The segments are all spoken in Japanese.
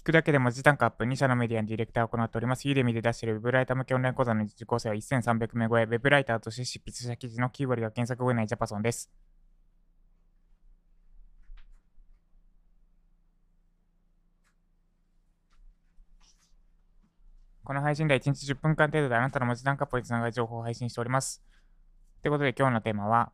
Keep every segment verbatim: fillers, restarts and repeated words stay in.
くだけで文字単価アップ、に社のメディアにディレクターを行っております。ユーデミで出しているウェブライター向けオンライン講座の受講生はせんさんびゃくめい超え、ウェブライターとして執筆した記事のきゅう割が検索後ないジャパソンです。この配信ではいちにちじゅっぷんかん程度であなたの文字単価アップにつながる情報を配信しております。ということで今日のテーマは、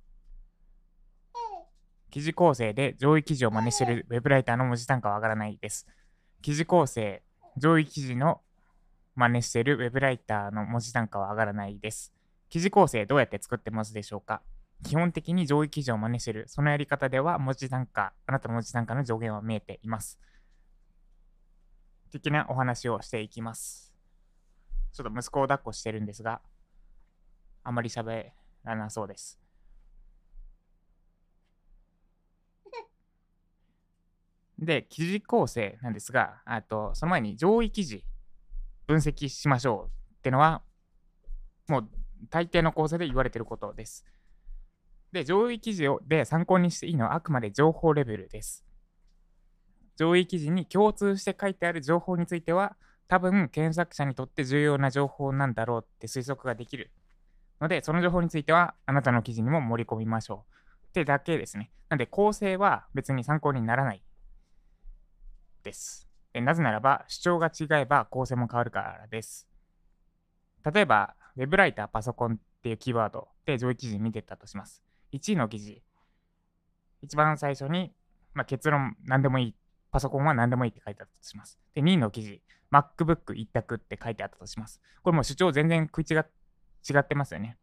記事構成で上位記事を真似しているウェブライターの文字単価は上がらないです。記事構成、上位記事の真似しているウェブライターの文字単価は上がらないです。記事構成どうやって作ってますでしょうか？基本的に上位記事を真似している。そのやり方では文字単価、あなたの文字単価の上限は見えています。的なお話をしていきます。ちょっと息子を抱っこしてるんですが、あまり喋らなそうです。で、記事構成なんですが、あとその前に上位記事分析しましょうってのは、もう大抵の講座で言われていることです。で、上位記事をで参考にしていいのはあくまで情報レベルです。上位記事に共通して書いてある情報については、多分検索者にとって重要な情報なんだろうって推測ができるので、その情報についてはあなたの記事にも盛り込みましょうってだけですね。なので構成は別に参考にならないです。でなぜならば主張が違えば構成も変わるからです。例えば、ウェブライターパソコンっていうキーワードで上位記事見てたとします。いちいの記事、一番最初に、まあ、結論何でもいい、パソコンは何でもいいって書いてあったとします。で、にいの記事、MacBook 一択って書いてあったとします。これもう主張全然食い違違ってますよね。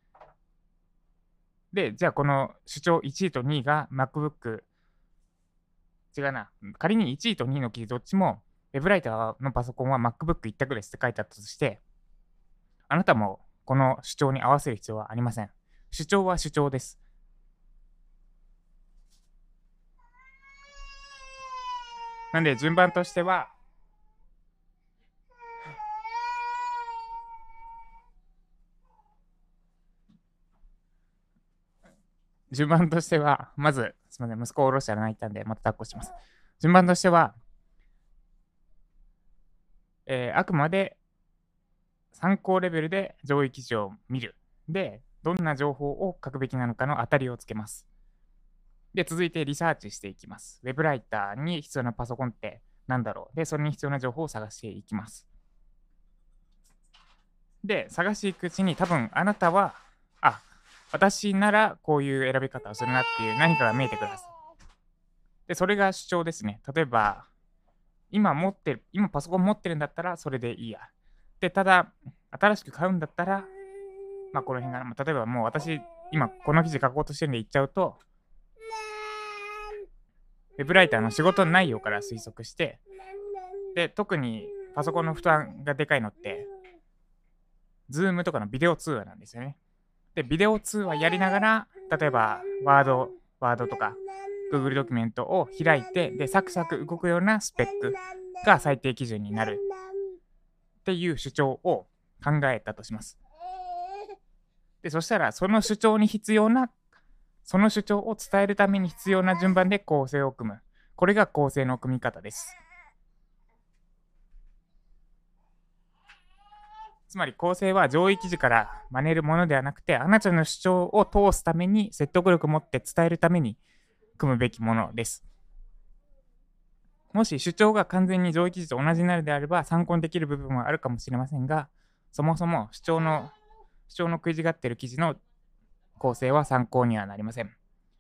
で、じゃあこの主張いちいとにいが MacBook、違うな。仮にいちいとにいの記事どっちも Web ライターのパソコンは MacBook 一択ですって書いてあったとして、あなたもこの主張に合わせる必要はありません。主張は主張です。なんで順番としては、順番としては、まず、すみません、息子を下ろしたら泣いたんで、また抱っこします。順番としては、えーあくまで参考レベルで上位記事を見る。で、どんな情報を書くべきなのかの当たりをつけます。で、続いてリサーチしていきます。ウェブライターに必要なパソコンって何だろう。で、それに必要な情報を探していきます。で、探していくうちに多分あなたは、あ、私ならこういう選び方をするなっていう何かが見えてくるはず。で、それが主張ですね。例えば、今持ってる、今パソコン持ってるんだったらそれでいいや。で、ただ、新しく買うんだったら、まあ、この辺が、まあ、例えばもう私、今この記事書こうとしてるんで言っちゃうと、ウェブライターの仕事内容から推測して、で、特にパソコンの負担がでかいのって、ズームとかのビデオ通話なんですよね。で、ビデオ通話やりながら、例えば、ワード、ワードとか、Google ドキュメントを開いて、で、サクサク動くようなスペックが最低基準になるっていう主張を考えたとします。で、そしたら、その主張に必要な、その主張を伝えるために必要な順番で構成を組む。これが構成の組み方です。つまり構成は上位記事から真似るものではなくて、あなたの主張を通すために、説得力を持って伝えるために組むべきものです。もし主張が完全に上位記事と同じになるであれば参考にできる部分はあるかもしれませんが、そもそも主張の主張の食い違っている記事の構成は参考にはなりません。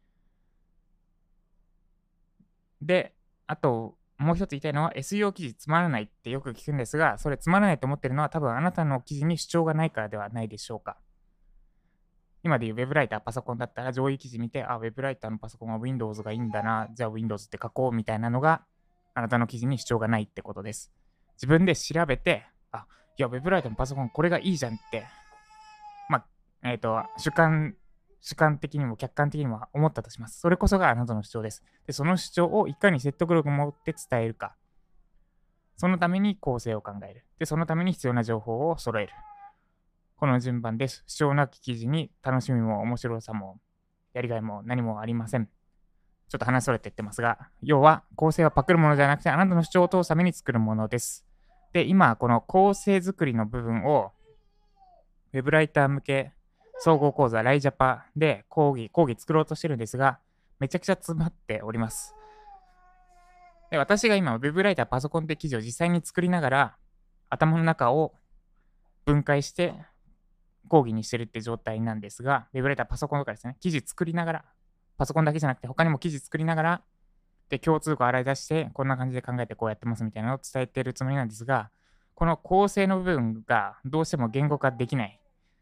で、あともう一つ言いたいのは エスイーオー 記事つまらないってよく聞くんですが、それつまらないと思ってるのは多分あなたの記事に主張がないからではないでしょうか。今でいうウェブライターパソコンだったら上位記事見て、あ、ウェブライターのパソコンは Windows がいいんだな、じゃあ Windows って書こうみたいなのがあなたの記事に主張がないってことです。自分で調べて、あ、いや、ウェブライターのパソコンこれがいいじゃんって、まあ、えっ、ー、と、主観、主観的にも客観的にも思ったとします。それこそがあなたの主張です。で、その主張をいかに説得力を持って伝えるか。そのために構成を考える。で、そのために必要な情報を揃える。この順番です。主張なき記事に楽しみも面白さもやりがいも何もありません。 ちょっと話それてってますが、要は構成はパクるものじゃなくて、あなたの主張を通すために作るものです。で、今、この構成作りの部分を、ウェブライター向け総合講座ライジャパで講義、講義作ろうとしてるんですが、めちゃくちゃ詰まっております。で、私が今、ウェブライターパソコンで記事を実際に作りながら、頭の中を分解して講義にしてるって状態なんですが、ウェブライターパソコンとかですね、記事作りながら、パソコンだけじゃなくて他にも記事作りながら、で、共通項を洗い出して、こんな感じで考えてこうやってますみたいなのを伝えてるつもりなんですが、この構成の部分がどうしても言語化できない。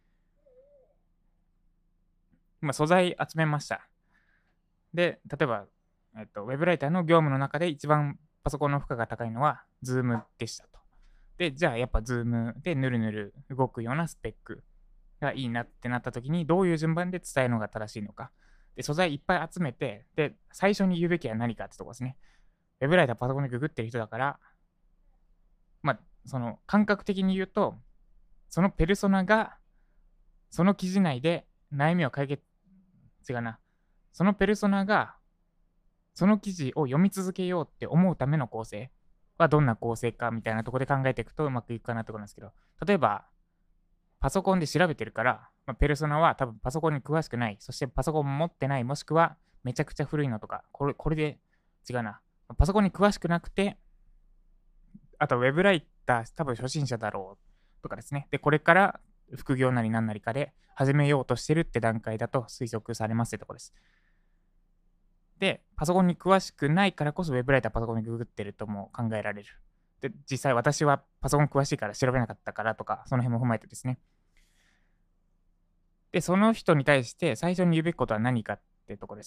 今、素材集めました。で、例えば、えっと、ウェブライターの業務の中で一番パソコンの負荷が高いのは Zoom でしたと。で、じゃあやっぱ Zoom でぬるぬる動くようなスペックがいいなってなった時に、どういう順番で伝えるのが正しいのか。で、素材いっぱい集めて、で、最初に言うべきは何かってとこですね。ウェブライターパソコンでググってる人だから、まあ、その感覚的に言うと、そのペルソナが、その記事内で悩みを解決、違うな。そのペルソナが、その記事を読み続けようって思うための構成はどんな構成かみたいなところで考えていくとうまくいくかなってことなんですけど、例えば、パソコンで調べてるから、まあ、ペルソナは多分パソコンに詳しくない、そしてパソコン持ってない、もしくはめちゃくちゃ古いのとか、これこれで違うな。パソコンに詳しくなくて、あとウェブライター、多分初心者だろうとかですね。で、これから副業なりなんなりかで始めようとしてるって段階だと推測されますってところです。で、パソコンに詳しくないからこそウェブライターパソコンにググってるとも考えられる。で、実際私はパソコン詳しいから調べなかったからとか、その辺も踏まえてですね。で、その人に対して最初に言うべきことは何かってとこです。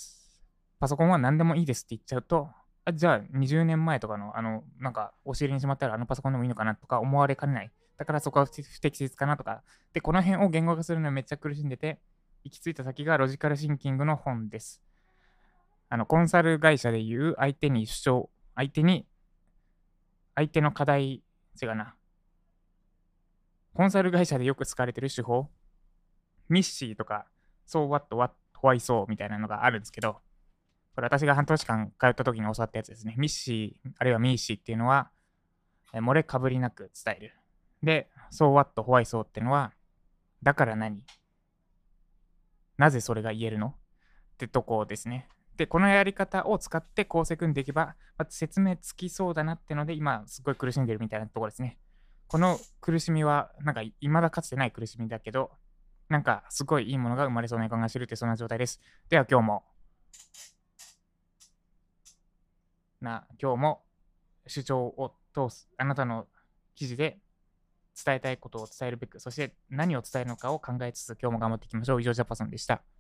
パソコンは何でもいいですって言っちゃうと、あじゃあにじゅうねんまえとかの、あの、なんか、押し入れにしまったらあのパソコンでもいいのかなとか思われかねない。だからそこは不適切かなとか。で、この辺を言語化するのはめっちゃ苦しんでて、行き着いた先がロジカルシンキングの本です。あの、コンサル会社で言う相手に主張、相手に、相手の課題、違うな。コンサル会社でよく使われてる手法、ミッシーとか、So What, What, Why So みたいなのがあるんですけど、これ私が半年間通った時に教わったやつですね。ミッシー、あるいはミーシーっていうのは、漏れかぶりなく伝える。で、So What, Why So っていうのは、だから何？なぜそれが言えるの？ってとこですね。で、このやり方を使って構成組んでいけば、まあ、説明つきそうだなってので、今すごい苦しんでるみたいなところですね。この苦しみは、なんか未だかつてない苦しみだけど、なんかすごいいいものが生まれそうな予感がしてるってそんな状態です。では今日も、な、今日も主張を通す、あなたの記事で伝えたいことを伝えるべく、そして何を伝えるのかを考えつつ、今日も頑張っていきましょう。以上、ジャパソンでした。